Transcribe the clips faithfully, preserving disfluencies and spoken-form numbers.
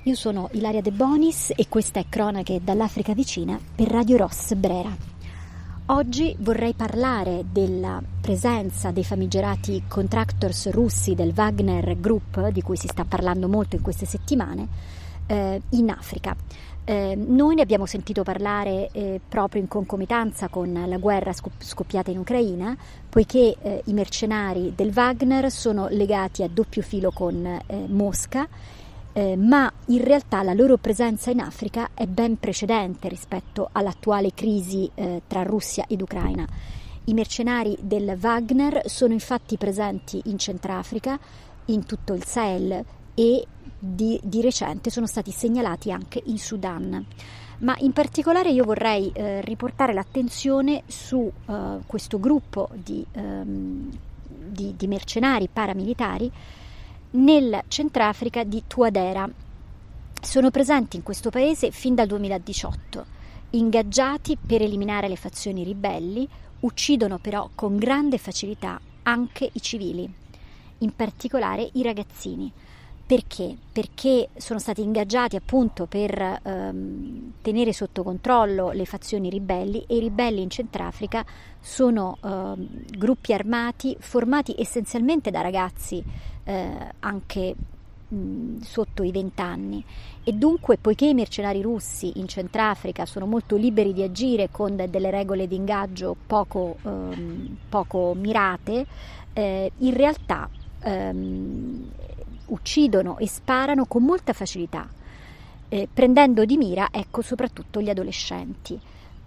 Io sono Ilaria De Bonis e questa è Cronache dall'Africa vicina per Radio Ross Brera. Oggi vorrei parlare della presenza dei famigerati contractors russi del Wagner Group, di cui si sta parlando molto in queste settimane, eh, in Africa. Eh, noi ne abbiamo sentito parlare eh, proprio in concomitanza con la guerra scoppiata in Ucraina, poiché eh, i mercenari del Wagner sono legati a doppio filo con eh, Mosca, eh, ma in realtà la loro presenza in Africa è ben precedente rispetto all'attuale crisi eh, tra Russia ed Ucraina. I mercenari del Wagner sono infatti presenti in Centrafrica, in tutto il Sahel e Di, di recente sono stati segnalati anche in Sudan, ma in particolare io vorrei eh, riportare l'attenzione su eh, questo gruppo di, ehm, di, di mercenari paramilitari nel Centrafrica di Touadéra. Sono presenti in questo paese fin dal duemiladiciotto, ingaggiati per eliminare le fazioni ribelli, uccidono però con grande facilità anche i civili, in particolare i ragazzini. Perché? Perché sono stati ingaggiati appunto per ehm, tenere sotto controllo le fazioni ribelli, e i ribelli in Centrafrica sono ehm, gruppi armati formati essenzialmente da ragazzi eh, anche mh, sotto i vent'anni, e dunque, poiché i mercenari russi in Centrafrica sono molto liberi di agire con delle regole di ingaggio poco, ehm, poco mirate, eh, in realtà ehm, uccidono e sparano con molta facilità, eh, prendendo di mira ecco soprattutto gli adolescenti.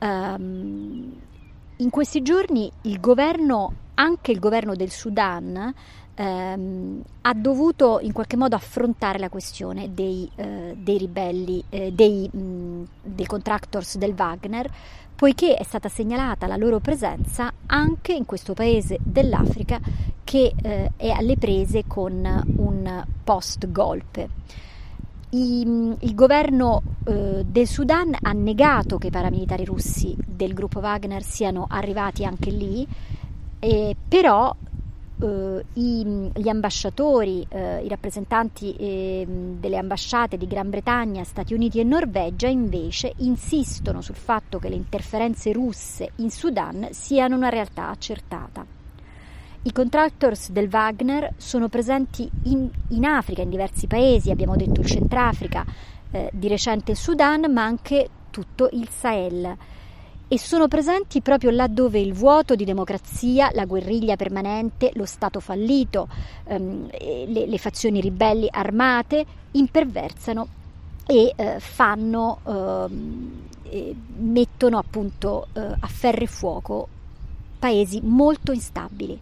Um, in questi giorni il governo, anche il governo del Sudan, ehm, ha dovuto in qualche modo affrontare la questione dei, eh, dei ribelli, eh, dei, mh, dei contractors del Wagner, poiché è stata segnalata la loro presenza anche in questo paese dell'Africa che eh, è alle prese con un post-golpe. I, il governo eh, del Sudan ha negato che i paramilitari russi del gruppo Wagner siano arrivati anche lì, eh, però eh, i, gli ambasciatori, eh, i rappresentanti eh, delle ambasciate di Gran Bretagna, Stati Uniti e Norvegia invece insistono sul fatto che le interferenze russe in Sudan siano una realtà accertata. I contractors del Wagner sono presenti in, in Africa, in diversi paesi, abbiamo detto il Centrafrica, eh, di recente il Sudan, ma anche tutto il Sahel, e sono presenti proprio laddove il vuoto di democrazia, la guerriglia permanente, lo Stato fallito, ehm, le, le fazioni ribelli armate imperversano e eh, fanno, ehm, e mettono appunto eh, a ferro e fuoco paesi molto instabili.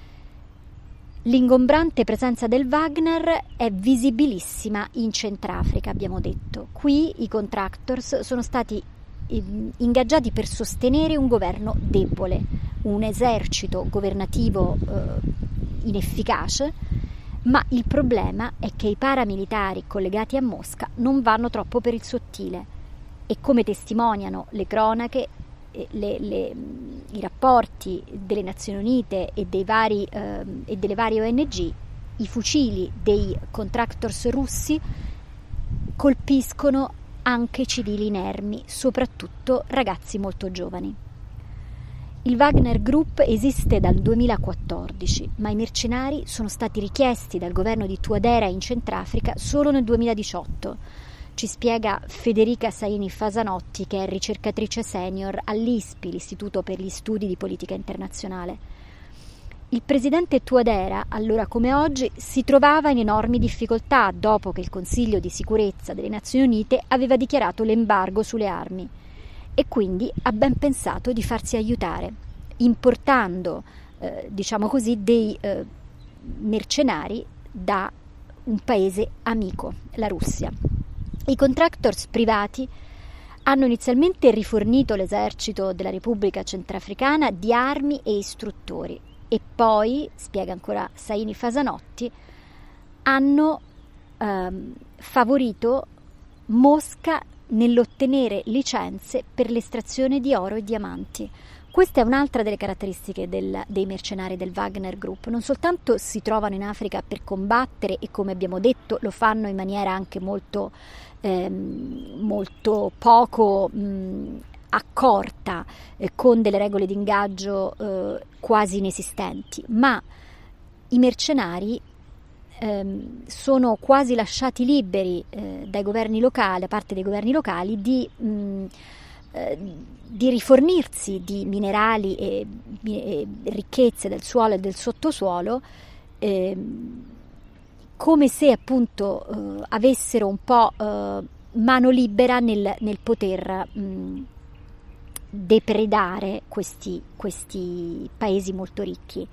L'ingombrante presenza del Wagner è visibilissima in Centrafrica, abbiamo detto. Qui i contractors sono stati ingaggiati per sostenere un governo debole, un esercito governativo eh, inefficace, ma il problema è che i paramilitari collegati a Mosca non vanno troppo per il sottile, e come testimoniano le cronache, Le, le, i rapporti delle Nazioni Unite e, dei vari, eh, e delle varie O N G, i fucili dei contractors russi colpiscono anche civili inermi, soprattutto ragazzi molto giovani. Il Wagner Group esiste dal duemilaquattordici, ma i mercenari sono stati richiesti dal governo di Touadéra in Centrafrica solo nel duemiladiciotto. Ci spiega Federica Saini Fasanotti, che è ricercatrice senior all'I S P I, l'Istituto per gli Studi di Politica Internazionale. Il presidente Touadéra, allora come oggi, si trovava in enormi difficoltà dopo che il Consiglio di Sicurezza delle Nazioni Unite aveva dichiarato l'embargo sulle armi, e quindi ha ben pensato di farsi aiutare, importando, eh, diciamo così, dei eh, mercenari da un paese amico, la Russia. I contractors privati hanno inizialmente rifornito l'esercito della Repubblica Centrafricana di armi e istruttori, e poi, spiega ancora Saini Fasanotti, hanno ehm, favorito Mosca nell'ottenere licenze per l'estrazione di oro e diamanti, Questa è un'altra delle caratteristiche del, dei mercenari del Wagner Group. Non soltanto si trovano in Africa per combattere e, come abbiamo detto, lo fanno in maniera anche molto, ehm, molto poco mh, accorta, eh, con delle regole di ingaggio eh, quasi inesistenti, ma i mercenari ehm, sono quasi lasciati liberi eh, dai governi locali, da parte dei governi locali, di mh, di rifornirsi di minerali e, e ricchezze del suolo e del sottosuolo, eh, come se appunto eh, avessero un po' eh, mano libera nel, nel poter mh, depredare questi, questi paesi molto ricchi.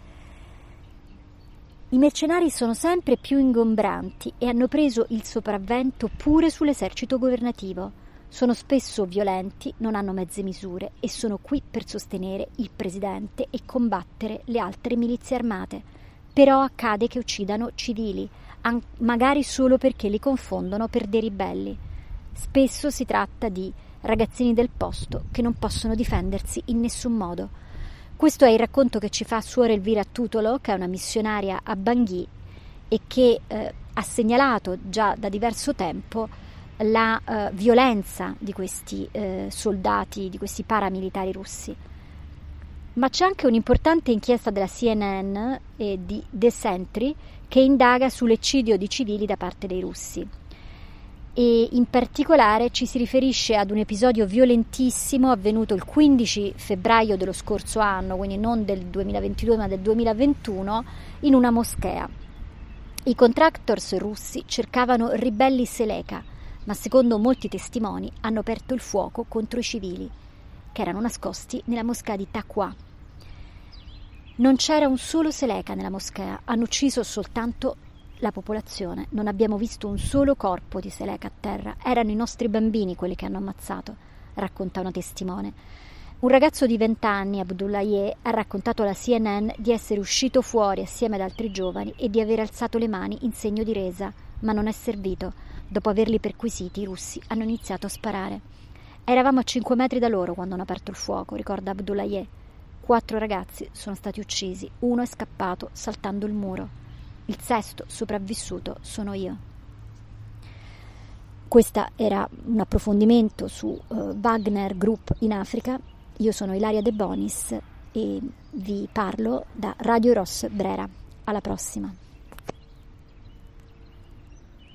I mercenari sono sempre più ingombranti e hanno preso il sopravvento pure sull'esercito governativo. Sono spesso violenti, non hanno mezze misure e sono qui per sostenere il presidente e combattere le altre milizie armate. Però accade che uccidano civili, magari solo perché li confondono per dei ribelli. Spesso si tratta di ragazzini del posto che non possono difendersi in nessun modo. Questo è il racconto che ci fa Suor Elvira Tutolo, che è una missionaria a Bangui e che eh, ha segnalato già da diverso tempo la eh, violenza di questi eh, soldati, di questi paramilitari russi. Ma c'è anche un'importante inchiesta della C N N e di The Sentry che indaga sull'eccidio di civili da parte dei russi, e in particolare ci si riferisce ad un episodio violentissimo avvenuto il quindici febbraio dello scorso anno, quindi non del duemilaventidue ma del duemilaventuno, in una moschea. I contractors russi cercavano ribelli Seleka, ma secondo molti testimoni hanno aperto il fuoco contro i civili che erano nascosti nella moschea di Taqwa. Non c'era un solo Seleka nella moschea, hanno ucciso soltanto la popolazione, non abbiamo visto un solo corpo di Seleka a terra, erano i nostri bambini quelli che hanno ammazzato, racconta una testimone. Un ragazzo di vent'anni, Abdullaye, ha raccontato alla C N N di essere uscito fuori assieme ad altri giovani e di aver alzato le mani in segno di resa, ma non è servito. Dopo averli perquisiti, i russi hanno iniziato a sparare. Eravamo a cinque metri da loro quando hanno aperto il fuoco, ricorda Abdullaye. Quattro ragazzi sono stati uccisi, uno è scappato saltando il muro. Il sesto sopravvissuto sono io. Questo era un approfondimento su uh, Wagner Group in Africa. Io sono Ilaria De Bonis e vi parlo da Radio Ross Brera. Alla prossima.